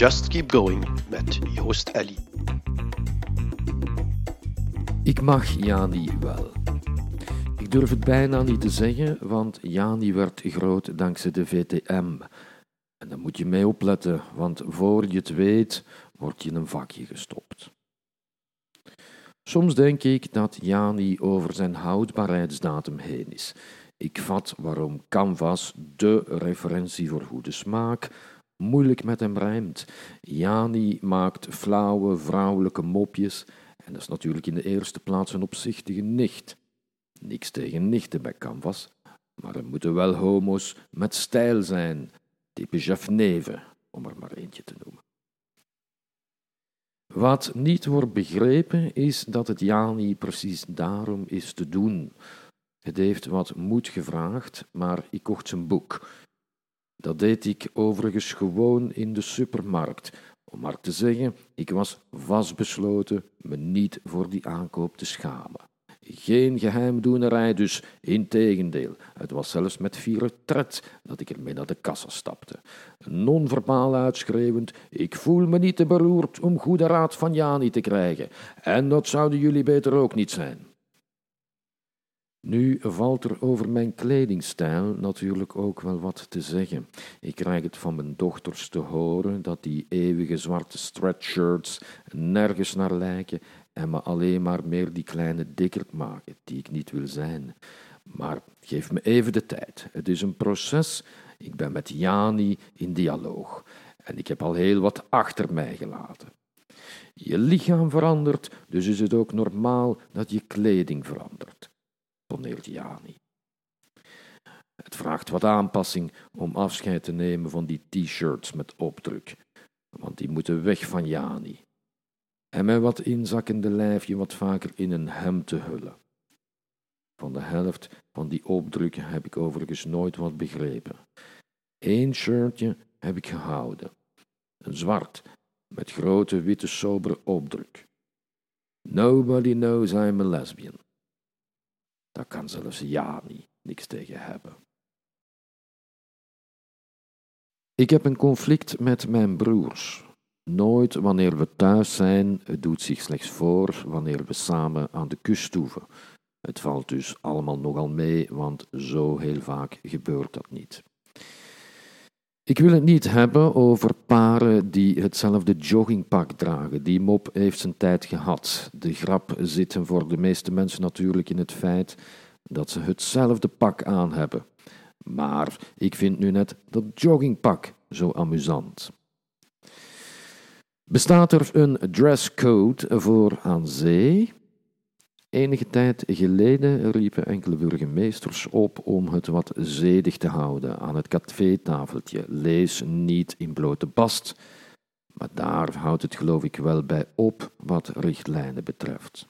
Just Keep Going met Joost Ellie. Ik mag Jani wel. Ik durf het bijna niet te zeggen, want Jani werd groot dankzij de VTM. En daar moet je mee opletten, want voor je het weet, word je in een vakje gestopt. Soms denk ik dat Jani over zijn houdbaarheidsdatum heen is. Ik vat waarom Canvas, de referentie voor goede smaak, moeilijk met hem rijmt. Jani maakt flauwe vrouwelijke mopjes en dat is natuurlijk in de eerste plaats een opzichtige nicht. Niks tegen nichten bij Canvas, maar er moeten wel homo's met stijl zijn, type Jeff Neven, om er maar eentje te noemen. Wat niet wordt begrepen is dat het Jani precies daarom is te doen. Het heeft wat moed gevraagd, maar ik kocht zijn boek. Dat deed ik overigens gewoon in de supermarkt. Om maar te zeggen, ik was vastbesloten me niet voor die aankoop te schamen. Geen geheimdoenerij dus, integendeel. Het was zelfs met fiere tred dat ik ermee naar de kassa stapte. Non-verbaal uitschreeuwend, ik voel me niet te beroerd om goede raad van Jani te krijgen. En dat zouden jullie beter ook niet zijn. Nu valt er over mijn kledingstijl natuurlijk ook wel wat te zeggen. Ik krijg het van mijn dochters te horen dat die eeuwige zwarte stretchshirts nergens naar lijken en me alleen maar meer die kleine dikkerd maken die ik niet wil zijn. Maar geef me even de tijd. Het is een proces. Ik ben met Jani in dialoog en ik heb al heel wat achter mij gelaten. Je lichaam verandert, dus is het ook normaal dat je kleding verandert, poneert Jani. Het vraagt wat aanpassing om afscheid te nemen van die t-shirts met opdruk, want die moeten weg van Jani. En mijn wat inzakkende lijfje wat vaker in een hemd te hullen. Van de helft van die opdruk heb ik overigens nooit wat begrepen. 1 shirtje heb ik gehouden. Een zwart, met grote witte sobere opdruk. Nobody knows I'm a lesbian. Daar kan zelfs Jani niks tegen hebben. Ik heb een conflict met mijn broers. Nooit wanneer we thuis zijn, het doet zich slechts voor wanneer we samen aan de kust toeven. Het valt dus allemaal nogal mee, want zo heel vaak gebeurt dat niet. Ik wil het niet hebben over paren die hetzelfde joggingpak dragen. Die mop heeft zijn tijd gehad. De grap zit hem voor de meeste mensen natuurlijk in het feit dat ze hetzelfde pak aan hebben. Maar ik vind nu net dat joggingpak zo amusant. Bestaat er een dresscode voor aan zee? Enige tijd geleden riepen enkele burgemeesters op om het wat zedig te houden aan het cafétafeltje. Lees niet in blote bast, maar daar houdt het geloof ik wel bij op wat richtlijnen betreft.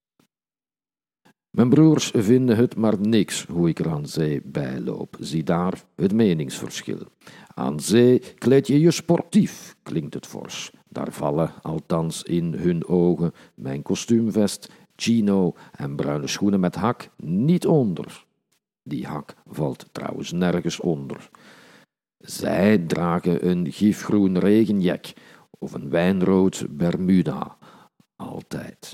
Mijn broers vinden het maar niks hoe ik er aan zee bijloop. Zie daar het meningsverschil. Aan zee kleed je je sportief, klinkt het fors. Daar vallen, althans in hun ogen, mijn kostuumvest, chino en bruine schoenen met hak niet onder. Die hak valt trouwens nergens onder. Zij dragen een gifgroen regenjek of een wijnrood Bermuda. Altijd.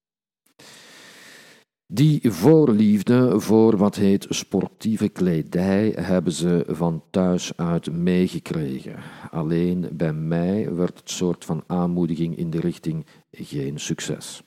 Die voorliefde voor wat heet sportieve kledij hebben ze van thuis uit meegekregen. Alleen bij mij werd het soort van aanmoediging in de richting geen succes.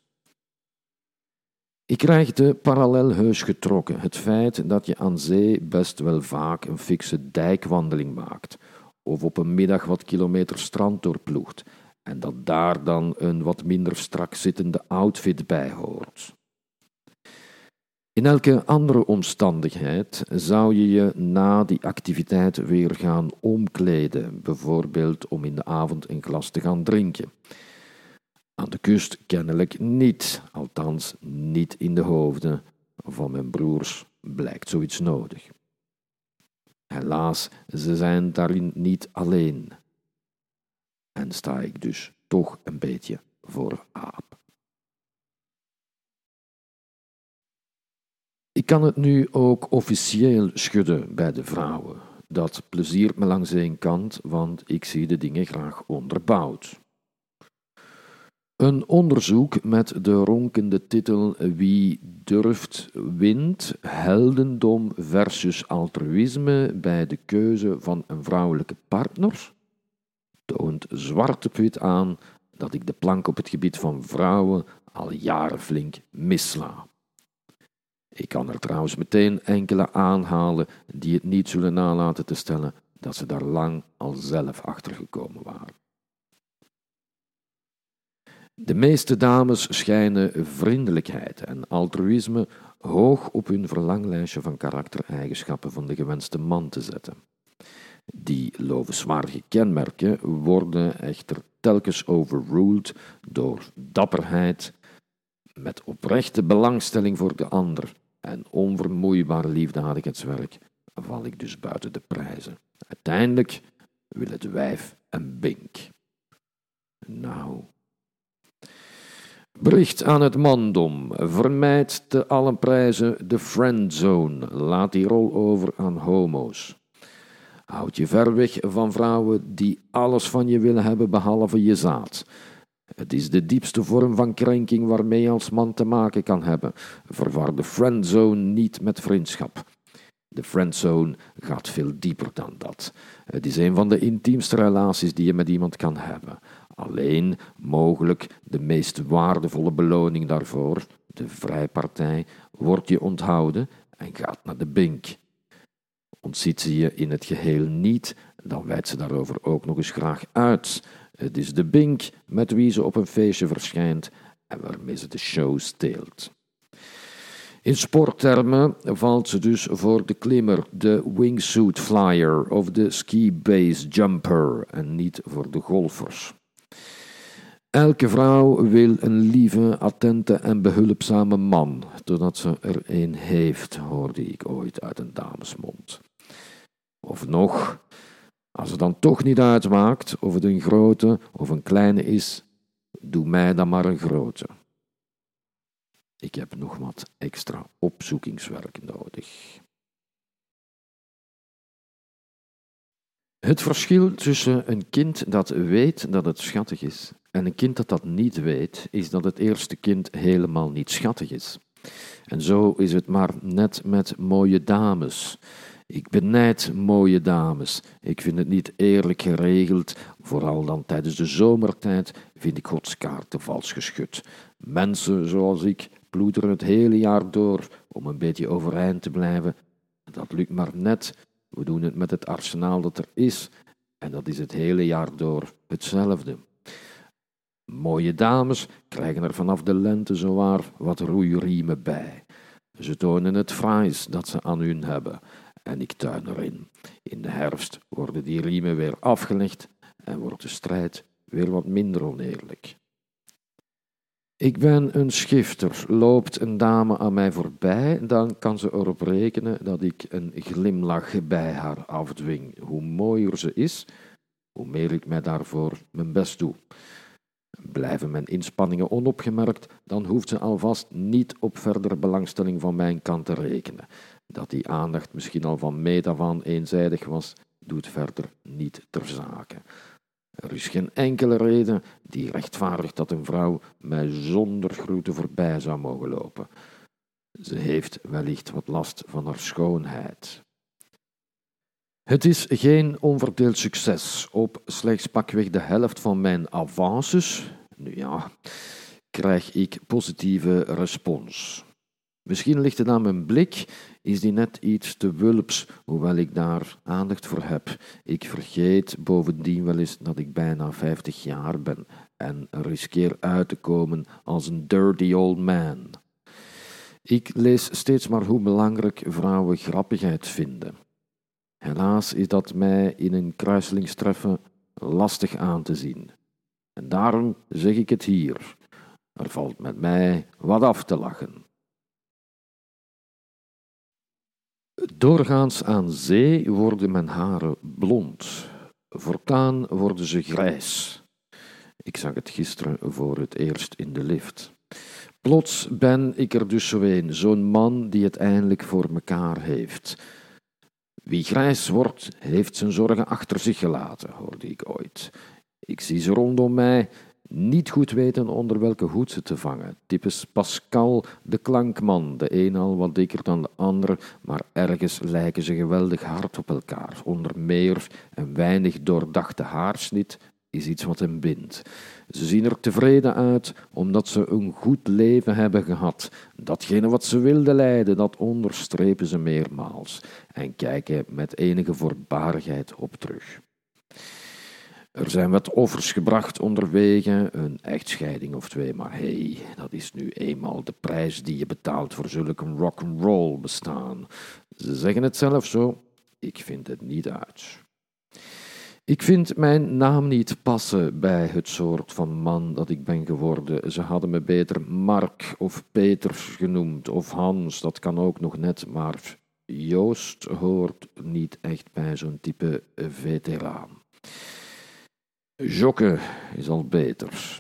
Ik krijg de parallel heus getrokken. Het feit dat je aan zee best wel vaak een fikse dijkwandeling maakt of op een middag wat kilometer strand doorploegt en dat daar dan een wat minder strak zittende outfit bij hoort. In elke andere omstandigheid zou je je na die activiteit weer gaan omkleden, bijvoorbeeld om in de avond een glas te gaan drinken. Aan de kust kennelijk niet, althans niet in de hoofden van mijn broers blijkt zoiets nodig. Helaas, ze zijn daarin niet alleen. En sta ik dus toch een beetje voor aap. Ik kan het nu ook officieel schudden bij de vrouwen. Dat pleziert me langs één kant, want ik zie de dingen graag onderbouwd. Een onderzoek met de ronkende titel Wie durft wint, heldendom versus altruïsme bij de keuze van een vrouwelijke partner toont zwart op wit aan dat ik de plank op het gebied van vrouwen al jaren flink missla. Ik kan er trouwens meteen enkele aanhalen die het niet zullen nalaten te stellen dat ze daar lang al zelf achter gekomen waren. De meeste dames schijnen vriendelijkheid en altruïsme hoog op hun verlanglijstje van karaktereigenschappen van de gewenste man te zetten. Die lovenswaardige kenmerken worden echter telkens overruled door dapperheid, met oprechte belangstelling voor de ander en onvermoeibaar liefdadigheidswerk val ik dus buiten de prijzen. Uiteindelijk wil het wijf een bink. Nou. Bericht aan het mandom. Vermijd te allen prijzen de friendzone. Laat die rol over aan homo's. Houd je ver weg van vrouwen die alles van je willen hebben behalve je zaad. Het is de diepste vorm van krenking waarmee je als man te maken kan hebben. Verwar de friendzone niet met vriendschap. De friendzone gaat veel dieper dan dat. Het is een van de intiemste relaties die je met iemand kan hebben. Alleen mogelijk de meest waardevolle beloning daarvoor, de vrijpartij, wordt je onthouden en gaat naar de bink. Ontziet ze je in het geheel niet, dan wijdt ze daarover ook nog eens graag uit. Het is de bink met wie ze op een feestje verschijnt en waarmee ze de show steelt. In sporttermen valt ze dus voor de klimmer, de wingsuit flyer of de ski-base jumper en niet voor de golfers. Elke vrouw wil een lieve, attente en behulpzame man, totdat ze er een heeft, hoorde ik ooit uit een damesmond. Of nog, als het dan toch niet uitmaakt of het een grote of een kleine is, doe mij dan maar een grote. Ik heb nog wat extra opzoekingswerk nodig. Het verschil tussen een kind dat weet dat het schattig is en een kind dat niet weet, is dat het eerste kind helemaal niet schattig is. En zo is het maar net met mooie dames. Ik benijd mooie dames. Ik vind het niet eerlijk geregeld, vooral dan tijdens de zomertijd vind ik Gods kaarten vals geschud. Mensen zoals ik ploeteren het hele jaar door om een beetje overeind te blijven. Dat lukt maar net. We doen het met het arsenaal dat er is en dat is het hele jaar door hetzelfde. Mooie dames krijgen er vanaf de lente zowaar wat roeiriemen bij. Ze tonen het fraais dat ze aan hun hebben en ik tuin erin. In de herfst worden die riemen weer afgelegd en wordt de strijd weer wat minder oneerlijk. Ik ben een schifter. Loopt een dame aan mij voorbij, dan kan ze erop rekenen dat ik een glimlach bij haar afdwing. Hoe mooier ze is, hoe meer ik mij daarvoor mijn best doe. Blijven mijn inspanningen onopgemerkt, dan hoeft ze alvast niet op verdere belangstelling van mijn kant te rekenen. Dat die aandacht misschien al van meet af aan eenzijdig was, doet verder niet ter zake. Er is geen enkele reden die rechtvaardigt dat een vrouw mij zonder groeten voorbij zou mogen lopen. Ze heeft wellicht wat last van haar schoonheid. Het is geen onverdeeld succes. Op slechts pakweg de helft van mijn avances, nu ja, krijg ik positieve respons. Misschien ligt het aan mijn blik, is die net iets te wulps, hoewel ik daar aandacht voor heb. Ik vergeet bovendien wel eens dat ik bijna 50 jaar ben en riskeer uit te komen als een dirty old man. Ik lees steeds maar hoe belangrijk vrouwen grappigheid vinden. Helaas is dat mij in een kruiselingstreffen lastig aan te zien. En daarom zeg ik het hier. Er valt met mij wat af te lachen. Doorgaans aan zee worden mijn haren blond. Voortaan worden ze grijs. Ik zag het gisteren voor het eerst in de lift. Plots ben ik er dus zo een, zo'n man die het eindelijk voor mekaar heeft. Wie grijs wordt, heeft zijn zorgen achter zich gelaten, hoorde ik ooit. Ik zie ze rondom mij niet goed weten onder welke hoed ze te vangen. Types Pascal, de klankman, de een al wat dikker dan de ander, maar ergens lijken ze geweldig hard op elkaar. Onder meer een weinig doordachte haarsnit is iets wat hem bindt. Ze zien er tevreden uit, omdat ze een goed leven hebben gehad. Datgene wat ze wilden leiden, dat onderstrepen ze meermaals en kijken met enige voorbarigheid op terug. Er zijn wat offers gebracht onderwege, een echtscheiding of twee, maar hey, dat is nu eenmaal de prijs die je betaalt voor zulk een rock'n'roll bestaan. Ze zeggen het zelf zo, ik vind het niet uit. Ik vind mijn naam niet passen bij het soort van man dat ik ben geworden. Ze hadden me beter Mark of Peter genoemd, of Hans, dat kan ook nog net, maar Joost hoort niet echt bij zo'n type veteraan. Jokke is al beter.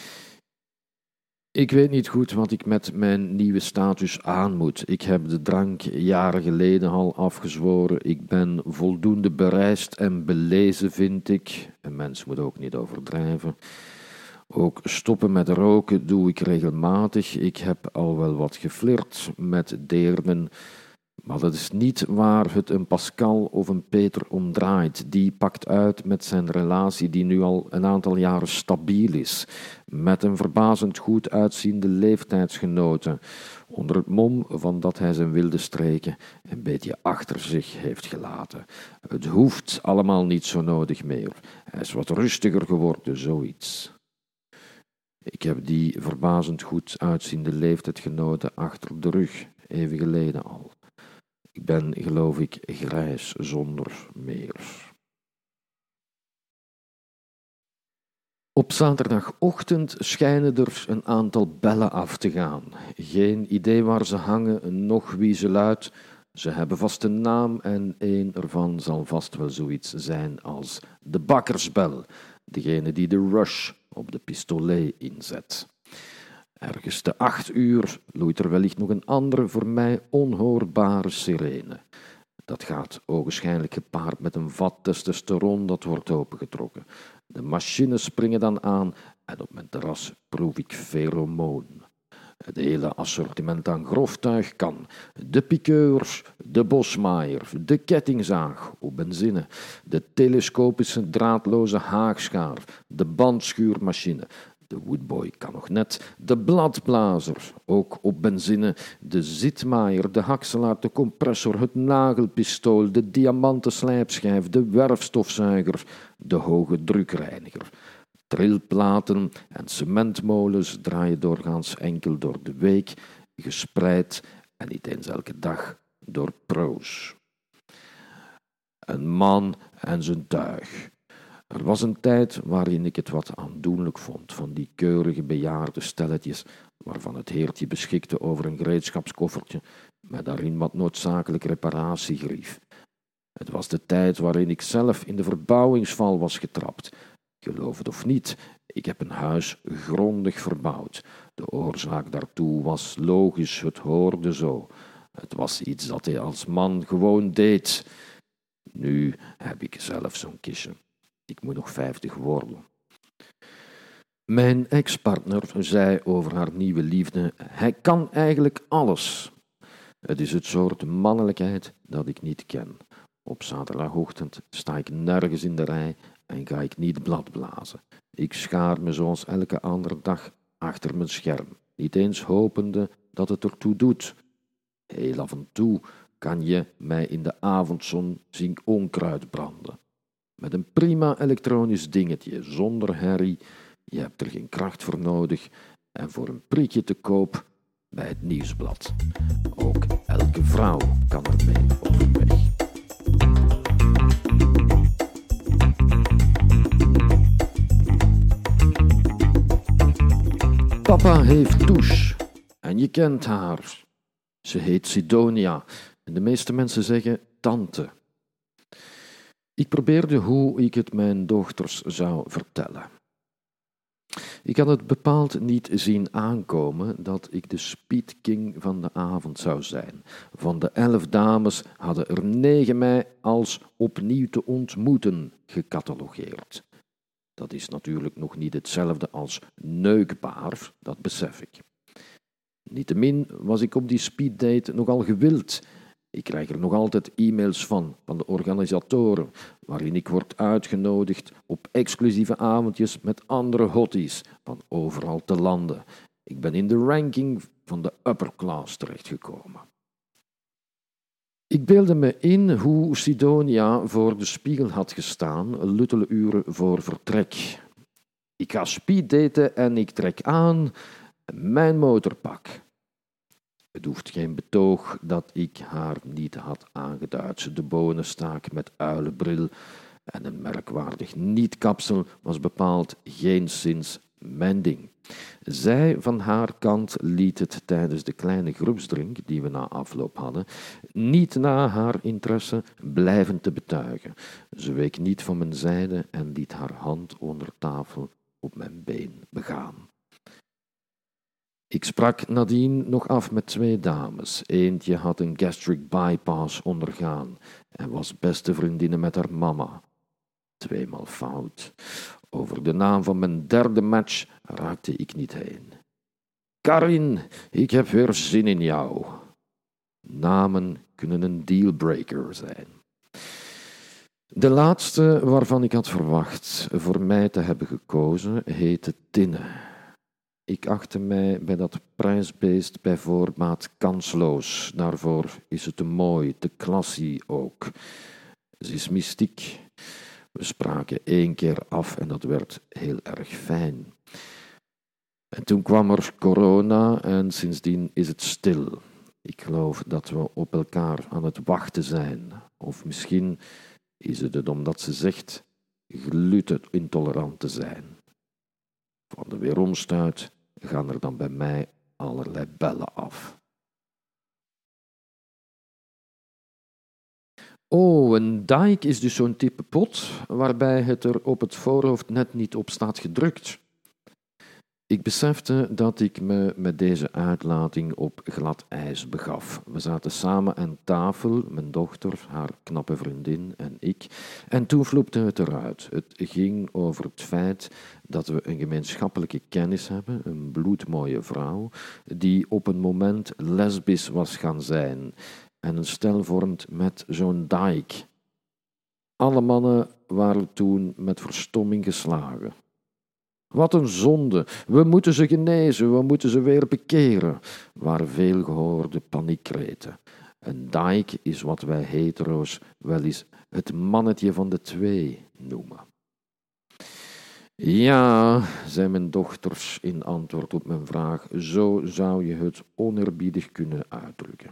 Ik weet niet goed wat ik met mijn nieuwe status aan moet. Ik heb de drank jaren geleden al afgezworen. Ik ben voldoende bereisd en belezen, vind ik. Een mens moet ook niet overdrijven. Ook stoppen met roken doe ik regelmatig. Ik heb al wel wat geflirt met deernen. Maar dat is niet waar het een Pascal of een Peter omdraait. Die pakt uit met zijn relatie die nu al een aantal jaren stabiel is. Met een verbazend goed uitziende leeftijdsgenote. Onder het mom van dat hij zijn wilde streken een beetje achter zich heeft gelaten. Het hoeft allemaal niet zo nodig meer. Hij is wat rustiger geworden, zoiets. Ik heb die verbazend goed uitziende leeftijdsgenote achter de rug, even geleden al. Ik ben, geloof ik, grijs zonder meer. Op zaterdagochtend schijnen er een aantal bellen af te gaan. Geen idee waar ze hangen, noch wie ze luidt. Ze hebben vast een naam en een ervan zal vast wel zoiets zijn als de bakkersbel, degene die de rush op de pistolet inzet. Ergens te 8 uur loeit er wellicht nog een andere, voor mij onhoorbare sirene. Dat gaat ogenschijnlijk gepaard met een vat testosteron dat wordt opengetrokken. De machines springen dan aan en op mijn terras proef ik feromoon. Het hele assortiment aan groftuig kan. De piqueur, de bosmaaier, de kettingzaag op benzine, de telescopische draadloze haagschaar, de bandschuurmachine. De woodboy kan nog net, de bladblazer, ook op benzine, de zitmaaier, de hakselaar, de compressor, het nagelpistool, de diamanten slijpschijf, de werfstofzuiger, de hoge drukreiniger. Trilplaten en cementmolens draaien doorgaans enkel door de week, gespreid en niet eens elke dag door pro's. Een man en zijn tuig. Er was een tijd waarin ik het wat aandoenlijk vond van die keurige bejaarde stelletjes, waarvan het heertje beschikte over een gereedschapskoffertje met daarin wat noodzakelijk reparatiegrief. Het was de tijd waarin ik zelf in de verbouwingsval was getrapt. Geloof het of niet, ik heb een huis grondig verbouwd. De oorzaak daartoe was logisch, het hoorde zo. Het was iets dat hij als man gewoon deed. Nu heb ik zelf zo'n kistje. Ik moet nog 50 worden. Mijn ex-partner zei over haar nieuwe liefde, hij kan eigenlijk alles. Het is het soort mannelijkheid dat ik niet ken. Op zaterdagochtend sta ik nergens in de rij en ga ik niet bladblazen. Ik schaar me zoals elke andere dag achter mijn scherm, niet eens hopende dat het ertoe doet. Heel af en toe kan je mij in de avondzon zien onkruid branden. Met een prima elektronisch dingetje, zonder herrie, je hebt er geen kracht voor nodig en voor een prikje te koop bij het nieuwsblad. Ook elke vrouw kan ermee overweg. Papa heeft douche en je kent haar. Ze heet Sidonia en de meeste mensen zeggen tante. Ik probeerde hoe ik het mijn dochters zou vertellen. Ik had het bepaald niet zien aankomen dat ik de Speed King van de avond zou zijn. Van de 11 dames hadden er 9 mij als opnieuw te ontmoeten gecatalogeerd. Dat is natuurlijk nog niet hetzelfde als neukbaar, dat besef ik. Niettemin was ik op die speeddate nogal gewild. Ik krijg er nog altijd e-mails van de organisatoren, waarin ik word uitgenodigd op exclusieve avondjes met andere hotties van overal te landen. Ik ben in de ranking van de upper class terechtgekomen. Ik beelde me in hoe Sidonia voor de spiegel had gestaan, luttele uren voor vertrek. Ik ga speeddaten en ik trek aan mijn motorpak. Het hoeft geen betoog dat ik haar niet had aangeduid. De bonenstaak met uilenbril en een merkwaardig niet-kapsel was bepaald geenszins mijn ding. Zij van haar kant liet het tijdens de kleine groepsdrink die we na afloop hadden niet na haar interesse blijven te betuigen. Ze week niet van mijn zijde en liet haar hand onder tafel op mijn been begaan. Ik sprak nadien nog af met 2 dames. Eentje had een gastric bypass ondergaan en was beste vriendinnen met haar mama. 2 maal fout. Over de naam van mijn 3e match raakte ik niet heen. Karin, ik heb weer zin in jou. Namen kunnen een dealbreaker zijn. De laatste waarvan ik had verwacht voor mij te hebben gekozen, heette Tinne. Ik achtte mij bij dat prijsbeest bij voorbaat kansloos. Daarvoor is ze te mooi, te classy ook. Ze is mystiek. We spraken 1 keer af en dat werd heel erg fijn. En toen kwam er corona en sindsdien is het stil. Ik geloof dat we op elkaar aan het wachten zijn. Of misschien is het omdat ze zegt gluten-intolerant te zijn. Van de weeromstuit gaan er dan bij mij allerlei bellen af. Oh, een dike is dus zo'n type pot waarbij het er op het voorhoofd net niet op staat gedrukt. Ik besefte dat ik me met deze uitlating op glad ijs begaf. We zaten samen aan tafel, mijn dochter, haar knappe vriendin en ik, en toen vloepte het eruit. Het ging over het feit dat we een gemeenschappelijke kennis hebben, een bloedmooie vrouw, die op een moment lesbisch was gaan zijn en een stel vormt met zo'n dike. Alle mannen waren toen met verstomming geslagen. Wat een zonde, we moeten ze genezen, we moeten ze weer bekeren, waren veel gehoorde paniekkreten. Een dike is wat wij hetero's wel eens het mannetje van de 2 noemen. Ja, zei mijn dochters in antwoord op mijn vraag, zo zou je het oneerbiedig kunnen uitdrukken.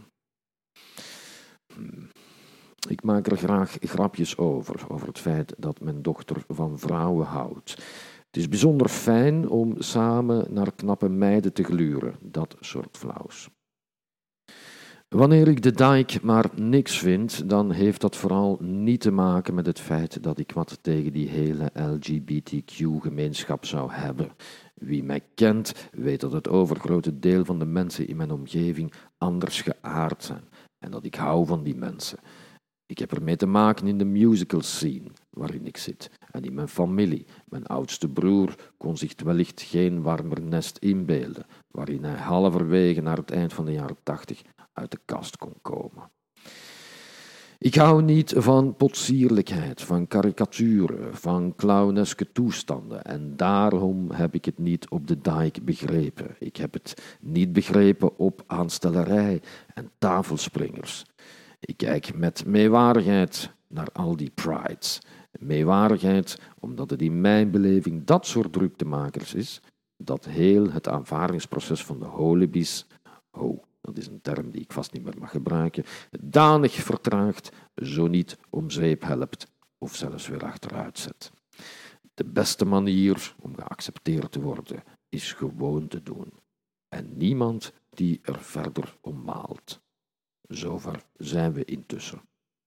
Ik maak er graag grapjes over het feit dat mijn dochter van vrouwen houdt. Het is bijzonder fijn om samen naar knappe meiden te gluren, dat soort flauws. Wanneer ik de dike maar niks vind, dan heeft dat vooral niet te maken met het feit dat ik wat tegen die hele LGBTQ-gemeenschap zou hebben. Wie mij kent, weet dat het overgrote deel van de mensen in mijn omgeving anders geaard zijn en dat ik hou van die mensen. Ik heb ermee te maken in de musical scene waarin ik zit en in mijn familie. Mijn oudste broer kon zich wellicht geen warmer nest inbeelden, waarin hij halverwege naar het eind van de jaren 80 uit de kast kon komen. Ik hou niet van potsierlijkheid, van karikaturen, van clowneske toestanden en daarom heb ik het niet op de dike begrepen. Ik heb het niet begrepen op aanstellerij en tafelspringers. Ik kijk met meewarigheid naar al die prides. Meewarigheid omdat het in mijn beleving dat soort druktemakers is, dat heel het aanvaardingsproces van de holibies, dat is een term die ik vast niet meer mag gebruiken, danig vertraagt, zo niet om zeep helpt of zelfs weer achteruit zet. De beste manier om geaccepteerd te worden is gewoon te doen. En niemand die er verder om maalt. Zover zijn we intussen.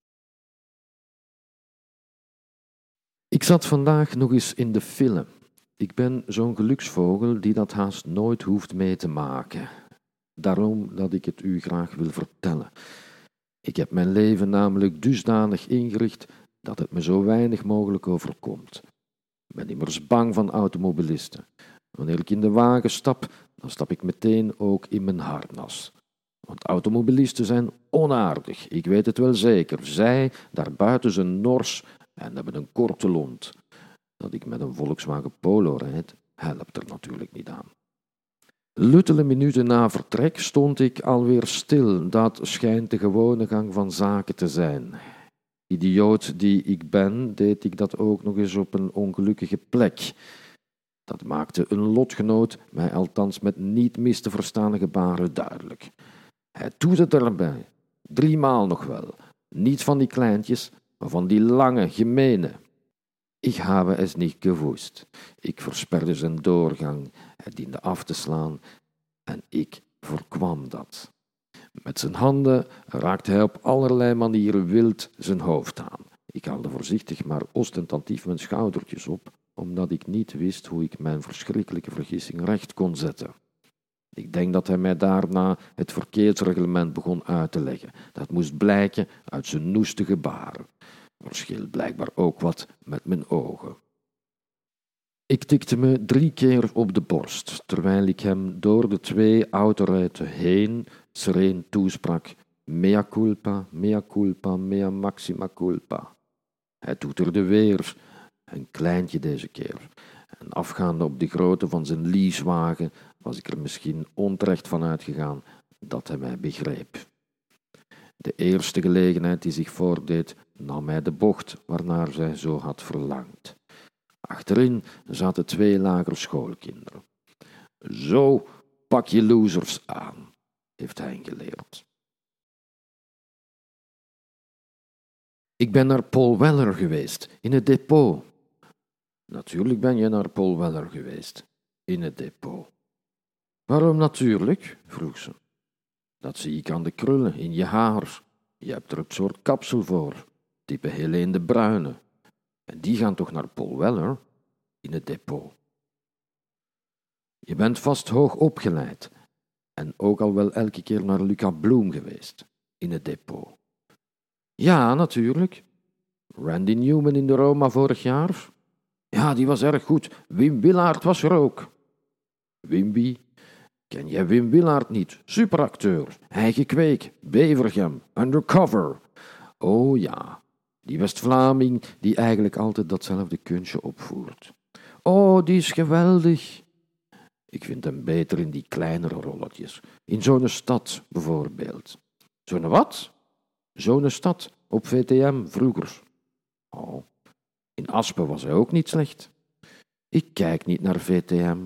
Ik zat vandaag nog eens in de film. Ik ben zo'n geluksvogel die dat haast nooit hoeft mee te maken. Daarom dat ik het u graag wil vertellen. Ik heb mijn leven namelijk dusdanig ingericht dat het me zo weinig mogelijk overkomt. Ik ben immers bang van automobilisten. Wanneer ik in de wagen stap, dan stap ik meteen ook in mijn harnas. Want automobilisten zijn onaardig, ik weet het wel zeker. Zij, daarbuiten zijn nors en hebben een korte lont. Dat ik met een Volkswagen Polo rijd, helpt er natuurlijk niet aan. Luttele minuten na vertrek stond ik alweer stil. Dat schijnt de gewone gang van zaken te zijn. Idioot die ik ben, deed ik dat ook nog eens op een ongelukkige plek. Dat maakte een lotgenoot mij althans met niet mis te verstaande gebaren duidelijk. Hij toette erbij, 3 maal nog wel. Niet van die kleintjes, maar van die lange, gemene. Ik habe es niet gewusst. Ik versperde zijn doorgang, hij diende af te slaan en ik voorkwam dat. Met zijn handen raakte hij op allerlei manieren wild zijn hoofd aan. Ik haalde voorzichtig maar ostentatief mijn schoudertjes op, omdat ik niet wist hoe ik mijn verschrikkelijke vergissing recht kon zetten. Ik denk dat hij mij daarna het verkeersreglement begon uit te leggen. Dat moest blijken uit zijn noeste gebaren. Er scheelt blijkbaar ook wat met mijn ogen. Ik tikte me 3 keer op de borst, terwijl ik hem door de 2 autoruiten heen sereen toesprak: mea culpa, mea culpa, mea maxima culpa. Hij toeterde weer, een kleintje deze keer, en afgaande op de grootte van zijn leasewagen was ik er misschien onterecht van uitgegaan dat hij mij begreep. De eerste gelegenheid die zich voordeed, nam hij de bocht waarnaar zij zo had verlangd. Achterin zaten 2 lagere schoolkinderen. Zo pak je losers aan, heeft hij geleerd. Ik ben naar Paul Weller geweest, in het depot. Natuurlijk ben je naar Paul Weller geweest, in het depot. Waarom natuurlijk? Vroeg ze. Dat zie ik aan de krullen in je haar. Je hebt er een soort kapsel voor, type Helene de Bruyne. En die gaan toch naar Paul Weller, in het depot. Je bent vast hoog opgeleid en ook al wel elke keer naar Luca Bloem geweest, in het depot. Ja, natuurlijk. Randy Newman in de Roma vorig jaar? Ja, die was erg goed. Wim Willaert was er ook. Wim wie? Ken jij Wim Willaert niet? Superacteur, eigen kweek, Bevergem, undercover. Oh ja, die West-Vlaming die eigenlijk altijd datzelfde kunstje opvoert. Oh, die is geweldig. Ik vind hem beter in die kleinere rolletjes. In zo'n stad, bijvoorbeeld. Zo'n wat? Zo'n stad, op VTM vroeger. Oh, in Aspen was hij ook niet slecht. Ik kijk niet naar VTM.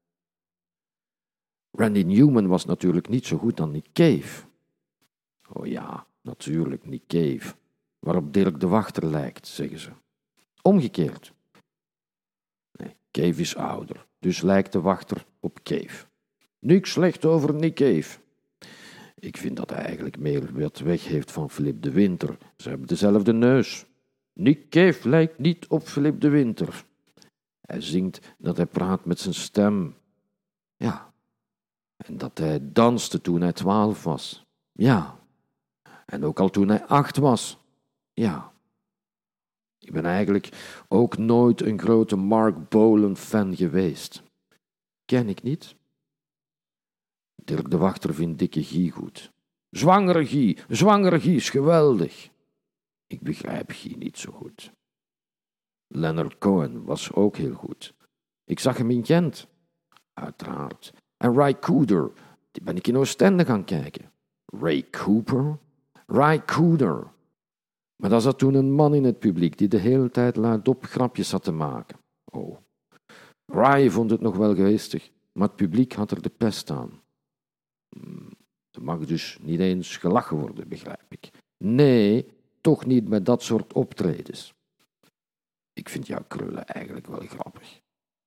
Randy Newman was natuurlijk niet zo goed dan Nick Cave. Oh ja, natuurlijk, Nick Cave. Waarop Dirk de Wachter lijkt, zeggen ze. Omgekeerd. Nee, Cave is ouder, dus lijkt de Wachter op Cave. Niks slecht over Nick Cave. Ik vind dat hij eigenlijk meer wat weg heeft van Philip de Winter. Ze hebben dezelfde neus. Nick Cave lijkt niet op Philip de Winter. Hij zingt dat hij praat met zijn stem. Ja. En dat hij danste toen hij 12 was. Ja. En ook al toen hij 8 was. Ja. Ik ben eigenlijk ook nooit een grote Mark Bolan-fan geweest. Ken ik niet? Dirk de Wachter vindt Dikke Guy goed. Zwangere Guy is geweldig. Ik begrijp Guy niet zo goed. Leonard Cohen was ook heel goed. Ik zag hem in Gent. Uiteraard. En Ry Cooder, die ben ik in Oostende gaan kijken. Ray Cooper? Ry Cooder. Maar daar zat toen een man in het publiek die de hele tijd luidop grapjes zat te maken. Oh. Ry vond het nog wel geestig, maar het publiek had er de pest aan. Er mag dus niet eens gelachen worden, begrijp ik. Nee, toch niet met dat soort optredens. Ik vind jouw krullen eigenlijk wel grappig.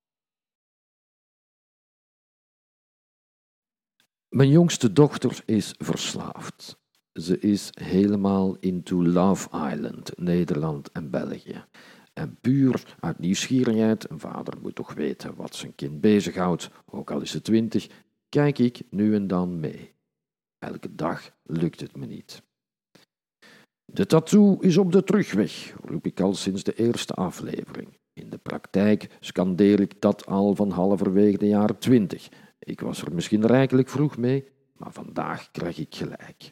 Mijn jongste dochter is verslaafd. Ze is helemaal into Love Island, Nederland en België. En puur uit nieuwsgierigheid, een vader moet toch weten wat zijn kind bezighoudt, ook al is het 20, kijk ik nu en dan mee. Elke dag lukt het me niet. De tattoo is op de terugweg, roep ik al sinds de eerste aflevering. In de praktijk scandeer ik dat al van halverwege de jaren 20. Ik was er misschien rijkelijk vroeg mee, maar vandaag krijg ik gelijk.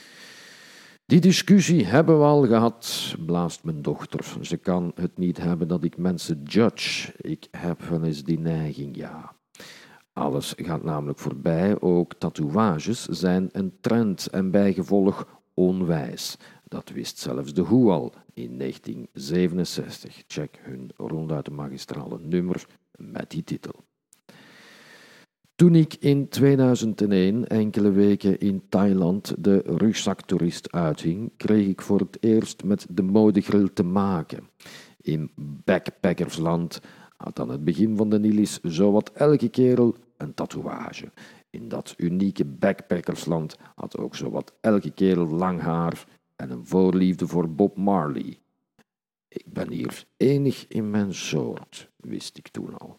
Die discussie hebben we al gehad, blaast mijn dochter. Ze kan het niet hebben dat ik mensen judge. Ik heb wel eens die neiging, ja. Alles gaat namelijk voorbij, ook tatoeages zijn een trend en bijgevolg onwijs. Dat wist zelfs de Who al in 1967. Check hun ronduit magistrale nummer met die titel. Toen ik in 2001 enkele weken in Thailand de rugzaktoerist uithing, kreeg ik voor het eerst met de modegril te maken. In backpackersland had aan het begin van de Nilis zowat elke kerel een tatoeage. In dat unieke backpackersland had ook zowat elke kerel lang haar en een voorliefde voor Bob Marley. Ik ben hier enig in mijn soort, wist ik toen al.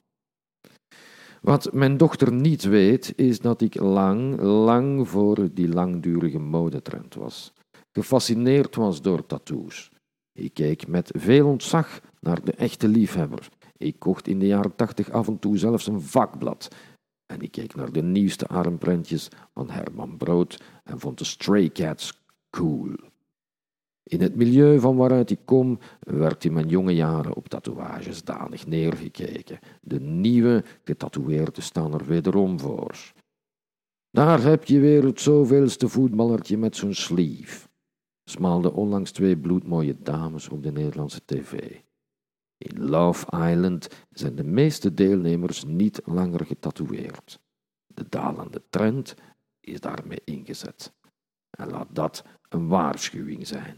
Wat mijn dochter niet weet, is dat ik lang voor die langdurige modetrend was. Gefascineerd was door tattoos. Ik keek met veel ontzag naar de echte liefhebber. Ik kocht in de jaren 80 af en toe zelfs een vakblad. En ik keek naar de nieuwste armprentjes van Herman Brood en vond de Stray Cats cool. In het milieu van waaruit ik kom, werd in mijn jonge jaren op tatoeages danig neergekeken. De nieuwe getatoeëerden staan er wederom voor. Daar heb je weer het zoveelste voetballertje met zo'n sleeve, smaalden onlangs 2 bloedmooie dames op de Nederlandse tv. In Love Island zijn de meeste deelnemers niet langer getatoeëerd. De dalende trend is daarmee ingezet. En laat dat een waarschuwing zijn.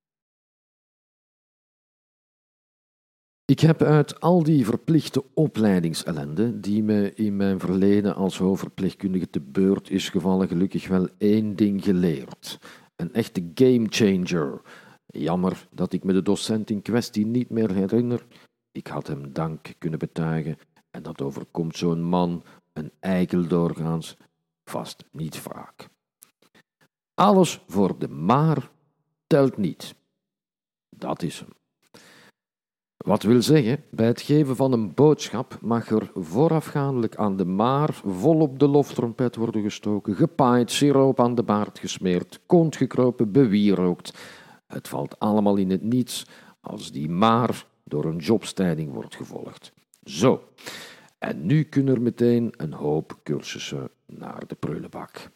Ik heb uit al die verplichte opleidingsellende die me in mijn verleden als hoofdverpleegkundige te beurt is gevallen, gelukkig wel 1 ding geleerd. Een echte gamechanger. Jammer dat ik me de docent in kwestie niet meer herinner. Ik had hem dank kunnen betuigen en dat overkomt zo'n man, een eikel doorgaans, vast niet vaak. Alles voor de maar telt niet. Dat is hem. Wat wil zeggen, bij het geven van een boodschap mag er voorafgaandelijk aan de maar volop de loftrompet worden gestoken, gepaaid, siroop aan de baard gesmeerd, kont gekropen, bewierookt. Het valt allemaal in het niets als die maar door een jobstijding wordt gevolgd. Zo, en nu kunnen er meteen een hoop cursussen naar de prullenbak.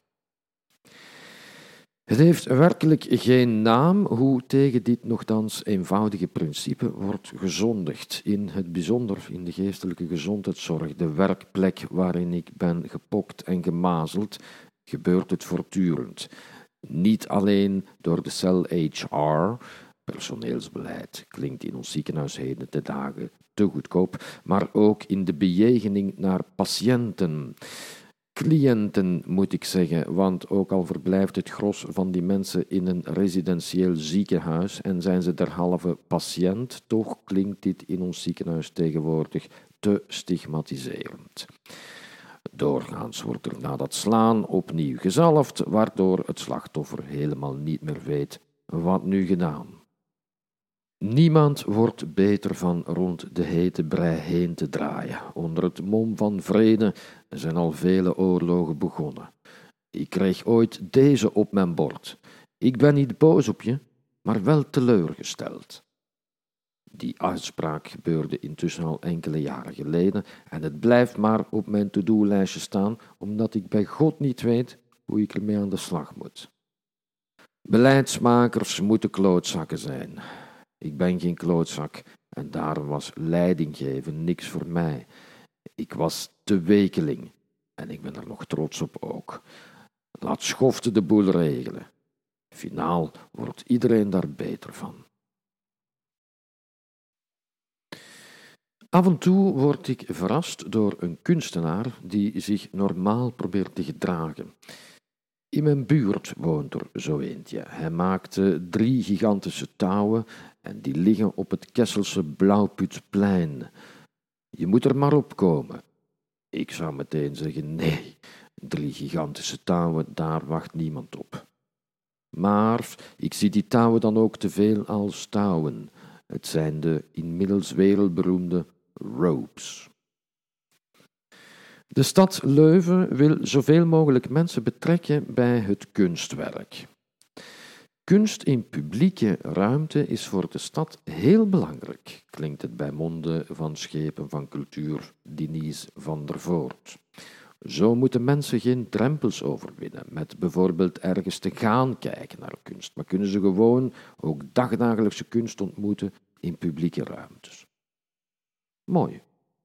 Het heeft werkelijk geen naam hoe tegen dit nochtans eenvoudige principe wordt gezondigd, in het bijzonder in de geestelijke gezondheidszorg, de werkplek waarin ik ben gepokt en gemazeld, gebeurt het voortdurend. Niet alleen door de cel HR, personeelsbeleid klinkt in ons ziekenhuis heden te dagen te goedkoop, maar ook in de bejegening naar patiënten. Cliënten moet ik zeggen, want ook al verblijft het gros van die mensen in een residentieel ziekenhuis en zijn ze derhalve patiënt, toch klinkt dit in ons ziekenhuis tegenwoordig te stigmatiserend. Doorgaans wordt er na dat slaan opnieuw gezalfd, waardoor het slachtoffer helemaal niet meer weet wat nu gedaan. Niemand wordt beter van rond de hete brei heen te draaien. Onder het mom van vrede zijn al vele oorlogen begonnen. Ik kreeg ooit deze op mijn bord. Ik ben niet boos op je, maar wel teleurgesteld. Die uitspraak gebeurde intussen al enkele jaren geleden en het blijft maar op mijn to-do-lijstje staan, omdat ik bij God niet weet hoe ik ermee aan de slag moet. Beleidsmakers moeten klootzakken zijn. Ik ben geen klootzak en daarom was leidinggeven niks voor mij. Ik was te wekeling en ik ben er nog trots op ook. Laat Schofte de boel regelen. Finaal wordt iedereen daar beter van. Af en toe word ik verrast door een kunstenaar die zich normaal probeert te gedragen. In mijn buurt woont er zo eentje. Hij maakte 3 gigantische touwen En die liggen op het Kesselse Blauwputplein. Je moet er maar op komen. Ik zou meteen zeggen, nee, 3 gigantische touwen, daar wacht niemand op. Maar ik zie die touwen dan ook te veel als touwen. Het zijn de inmiddels wereldberoemde ropes. De stad Leuven wil zoveel mogelijk mensen betrekken bij het kunstwerk. Kunst in publieke ruimte is voor de stad heel belangrijk, klinkt het bij monden van schepen van cultuur Denise van der Voort. Zo moeten mensen geen drempels overwinnen met bijvoorbeeld ergens te gaan kijken naar kunst, maar kunnen ze gewoon ook dagdagelijkse kunst ontmoeten in publieke ruimtes. Mooi.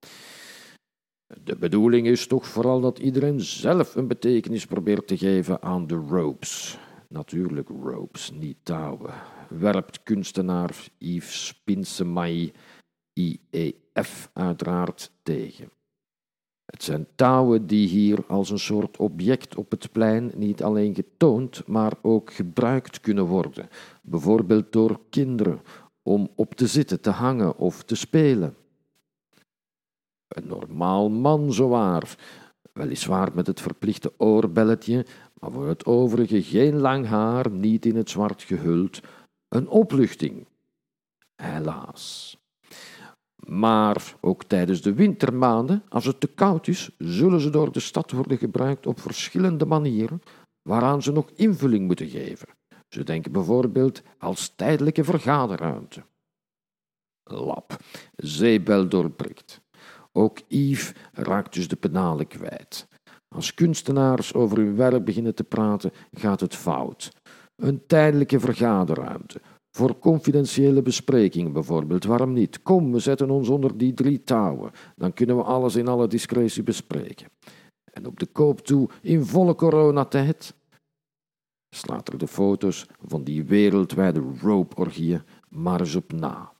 De bedoeling is toch vooral dat iedereen zelf een betekenis probeert te geven aan de ropes. Natuurlijk ropes, niet touwen, werpt kunstenaar Yves Spinsemay, IEF, uiteraard tegen. Het zijn touwen die hier als een soort object op het plein niet alleen getoond, maar ook gebruikt kunnen worden, bijvoorbeeld door kinderen, om op te zitten, te hangen of te spelen. Een normaal man zowaar, weliswaar met het verplichte oorbelletje, maar voor het overige geen lang haar, niet in het zwart gehuld, een opluchting. Helaas. Maar ook tijdens de wintermaanden, als het te koud is, zullen ze door de stad worden gebruikt op verschillende manieren, waaraan ze nog invulling moeten geven. Ze denken bijvoorbeeld als tijdelijke vergaderruimte. Lap, zeebel doorprikt. Ook Yves raakt dus de penalen kwijt. Als kunstenaars over hun werk beginnen te praten, gaat het fout. Een tijdelijke vergaderruimte. Voor confidentiële besprekingen bijvoorbeeld, waarom niet? Kom, we zetten ons onder die 3 touwen. Dan kunnen we alles in alle discretie bespreken. En op de koop toe in volle coronatijd slaat er de foto's van die wereldwijde rope-orgieën maar eens op na.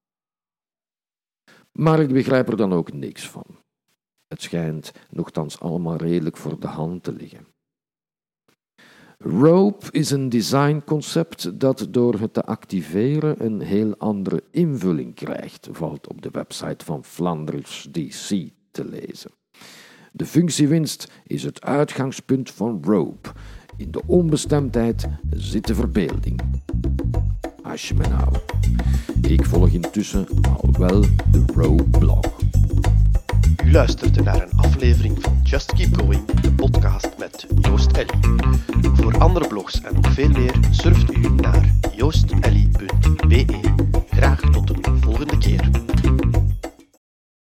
Maar ik begrijp er dan ook niks van. Het schijnt nochtans allemaal redelijk voor de hand te liggen. Rope is een designconcept dat door het te activeren een heel andere invulling krijgt, valt op de website van Flanders DC te lezen. De functiewinst is het uitgangspunt van Rope. In de onbestemdheid zit de verbeelding. Als je me nou. Ik volg intussen al wel de Rope-blog. U luisterde naar een aflevering van Just Keep Going, de podcast met Joost Ellie. Voor andere blogs en nog veel meer surft u naar joostellie.be.